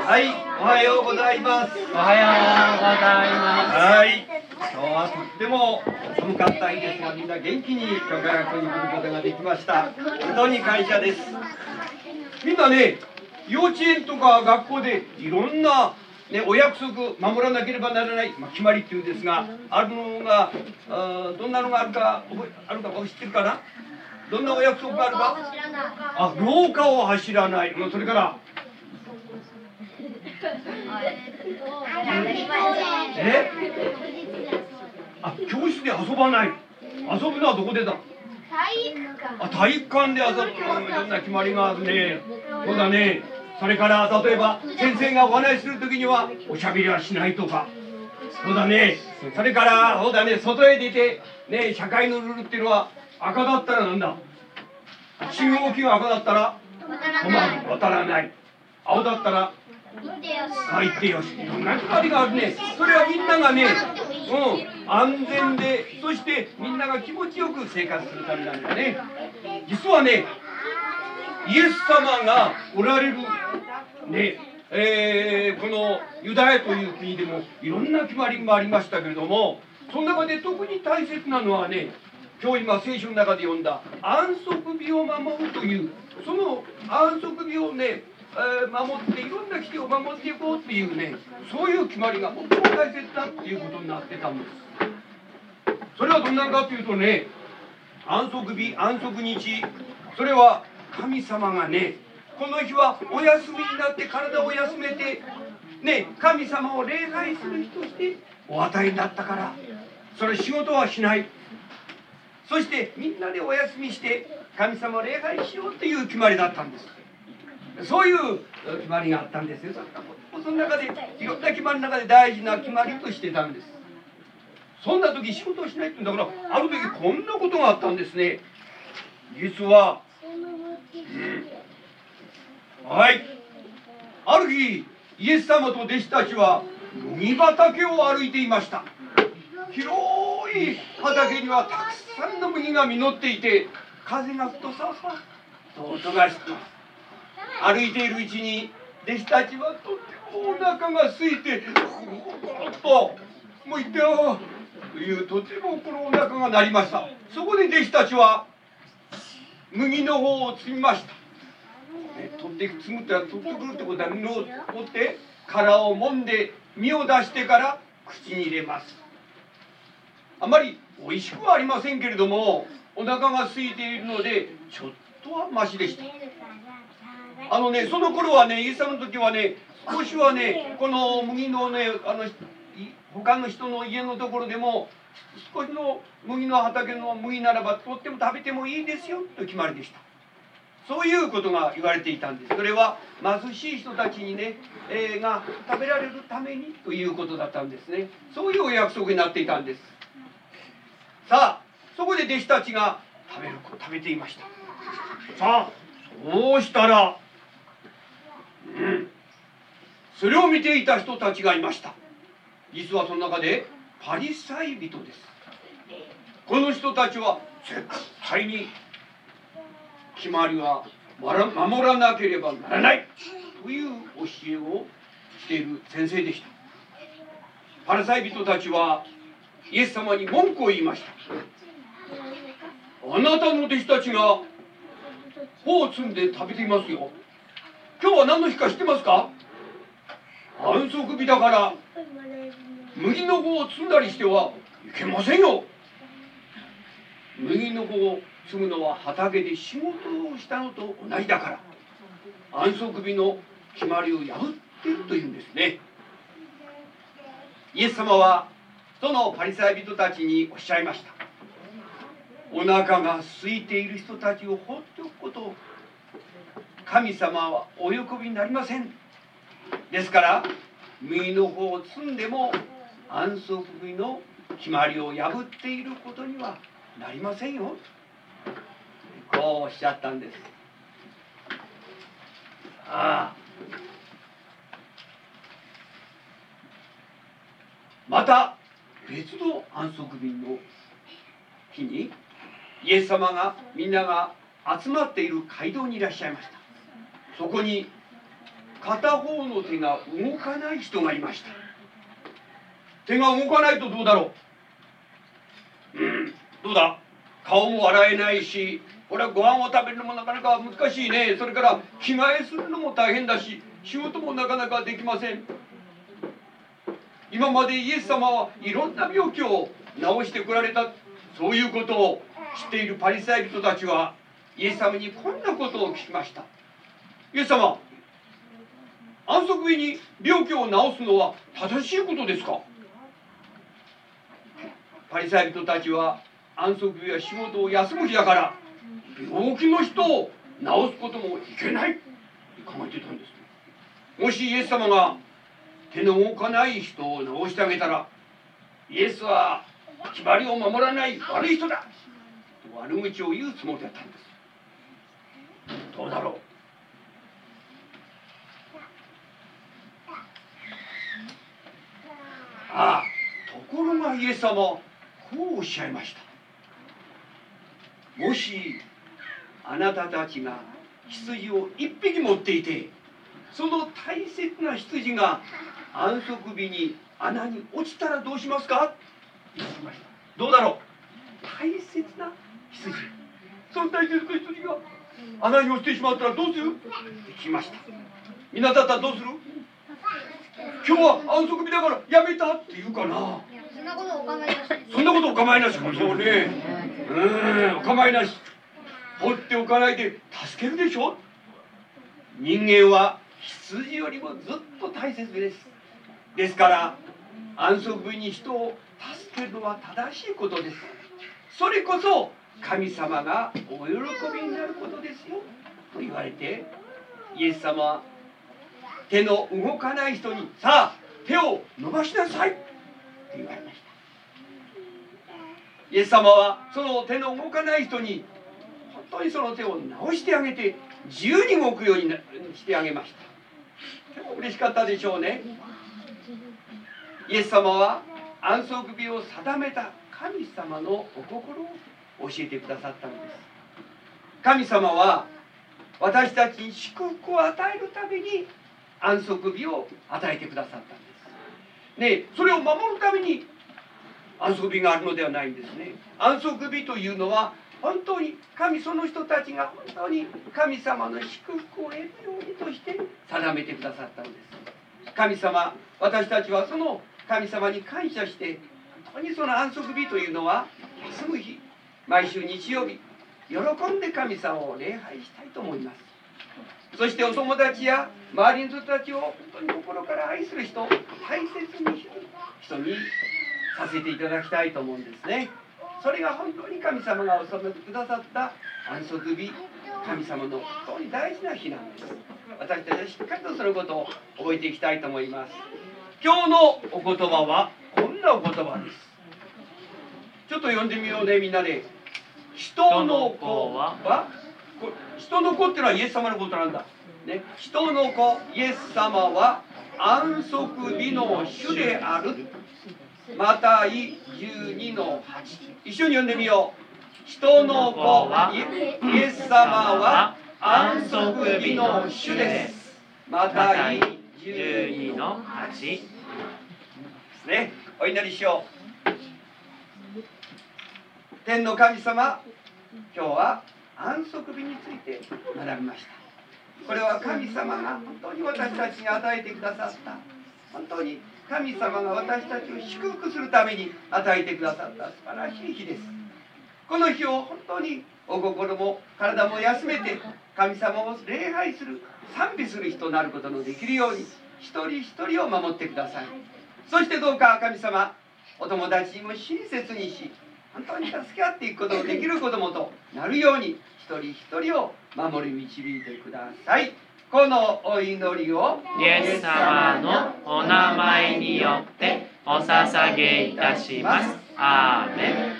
はい、おはようございます。 おはようございます。 はい、今日はとっても寒かった日ですが、みんな元気に教科学校に来ることができました。本当に感謝です。みんなね、幼稚園とか学校でいろんな、ね、お約束守らなければならない、決まりっていうんですが、あるのがどんなのがあるか知ってるかな。どんなお約束があるか。廊下を走らない。それから教室で遊ばない。遊ぶのはどこでだ。体育館で遊ぶ。いろんな決まりがあるね。そうだね。それから例えば先生がお話しするときにはおしゃべりはしないとか。そうだね。それからそうだね、外へ出てね、社会のルールっていうのは赤だったらなんだ。信号機が赤だったら渡らない。青だったら行ってよし。いろんな決まりがあるね。それはみんながね、安全で、そしてみんなが気持ちよく生活するためなんだね。実はね、イエス様がおられるね、このユダヤという国でもいろんな決まりもありましたけれども、その中で特に大切なのはね、今日今聖書の中で読んだ安息日を守るという、その安息日をね、守っていろんな規定を守っていこうっていうね、そういう決まりが最も大切だっていうことになってたんです。それはどんなんかというとね、安息日安息日、それは神様がね、この日はお休みになって体を休めてね、神様を礼拝する日としてお与えになったから、それ仕事はしない。そしてみんなでお休みして神様を礼拝しようという決まりだったんです。そういう決まりがあったんですよ。その中でいろんな決まりの中で大事な決まりとしてたんです。そんな時仕事をしないって言うんだから、ある時こんなことがあったんですね。実は、ある日イエス様と弟子たちは麦畑を歩いていました。広い畑にはたくさんの麦が実っていて、風が吹くとささっと音がしてます。歩いているうちに弟子たちはとてもお腹が空いて、ともう行ってよというとてもこのお腹が鳴りました。そこで弟子たちは麦の方を摘みました。取って摘むって取ってくるってことは、布を持って殻を揉んで実を出してから口に入れます。あまりおいしくはありませんけれども、お腹が空いているのでちょっとはマシでした。その頃はね、イエス様の時はね、少しはね、この麦のね、他の人の家のところでも少しの麦の畑の麦ならばとっても食べてもいいですよと決まりでした。そういうことが言われていたんです。それは貧しい人たちにね、が食べられるためにということだったんですね。そういうお約束になっていたんです。さあ、そこで弟子たちが食べていました。さあ、そうしたら、それを見ていた人たちがいました。実はその中でパリサイ人です。この人たちは絶対に決まりは守らなければならないという教えをしている先生でした。パリサイ人たちはイエス様に文句を言いました。あなたの弟子たちが穂を摘んで食べていますよ。今日は何の日か知ってますか？安息日だから麦の穂を摘んだりしてはいけませんよ。麦の穂を摘むのは畑で仕事をしたのと同じだから、安息日の決まりを破っているというんですね。イエス様はそのパリサイ人たちにおっしゃいました。お腹が空いている人たちを放っておくことを神様はお喜びになりません。ですから麦の穂を摘んでも安息日の決まりを破っていることにはなりませんよ。こうおっしゃったんです。また別の安息日の日にイエス様がみんなが集まっている街道にいらっしゃいました。そこに片方の手が動かない人がいました。手が動かないとどうだろう。どうだ、顔も洗えないし、これはご飯を食べるのもなかなか難しいね。それから着替えするのも大変だし、仕事もなかなかできません。今までイエス様はいろんな病気を治してこられた、そういうことを知っているパリサイ人たちはイエス様にこんなことを聞きました。イエス様、安息日に病気を治すのは正しいことですか？パリサイ人たちは安息日は仕事を休む日だから病気の人を治すこともいけないと考えていたんです。もしイエス様が手の動かない人を治してあげたら、イエスは決まりを守らない悪い人だと悪口を言うつもりだったんです。どうだろう。ところがイエス様はこうおっしゃいました。もしあなたたちが羊を一匹持っていて、その大切な羊が安息日に穴に落ちたらどうしますか？どうだろう。大切な羊、その大切な羊が穴に落ちてしまったらどうするって聞きました。みんなだったらどうする？今日は安息日だからやめたって言うかな。 そんなことお構いなし。 そんなことお構いなしか。そうね。お構いなし。放っておかないで助けるでしょ。人間は羊よりもずっと大切です。ですから安息日に人を助けるのは正しいことです。それこそ神様がお喜びになることですよと言われて、イエス様は手の動かない人にさあ手を伸ばしなさいと言われました。イエス様はその手の動かない人に本当にその手を直してあげて自由に動くようにしてあげました。でも嬉しかったでしょうね。イエス様は安息日を定めた神様のお心を教えてくださったのです。神様は私たちに祝福を与えるために安息日を与えてくださったんです。ね、それを守るために安息日があるのではないんですね。安息日というのは本当にその人たちが本当に神様の祝福を得るようにとして定めてくださったのです。神様、私たちはその神様に感謝して本当にその安息日というのは休む日、毎週日曜日喜んで神様を礼拝したいと思います。そしてお友達や周りの人たちを本当に心から愛する人を大切に人にさせていただきたいと思うんですね。それが本当に神様が納めてくださった安息日、神様の本当に大事な日なんです。私たちはしっかりとそのことを覚えていきたいと思います。今日のお言葉はこんなお言葉です。ちょっと読んでみようね、みんなで。人の子は人の子っていうのはイエス様のことなんだ、ね、人の子イエス様は安息日の主である。マタイ12の8、一緒に読んでみよう。人の子イエス様は安息日の主です。マタイ12の8ですね。お祈りしよう。天の神様、今日は安息日について学びました。これは神様が本当に私たちに与えてくださった、本当に神様が私たちを祝福するために与えてくださった素晴らしい日です。この日を本当にお心も体も休めて神様を礼拝する、賛美する人になることのできるように一人一人を守ってください。そしてどうか神様、お友達にも親切にし、本当に助け合っていくことのできる子供となるように一人一人を守り導いてください。このお祈りをイエス様のお名前によってお捧げいたします。アーメン。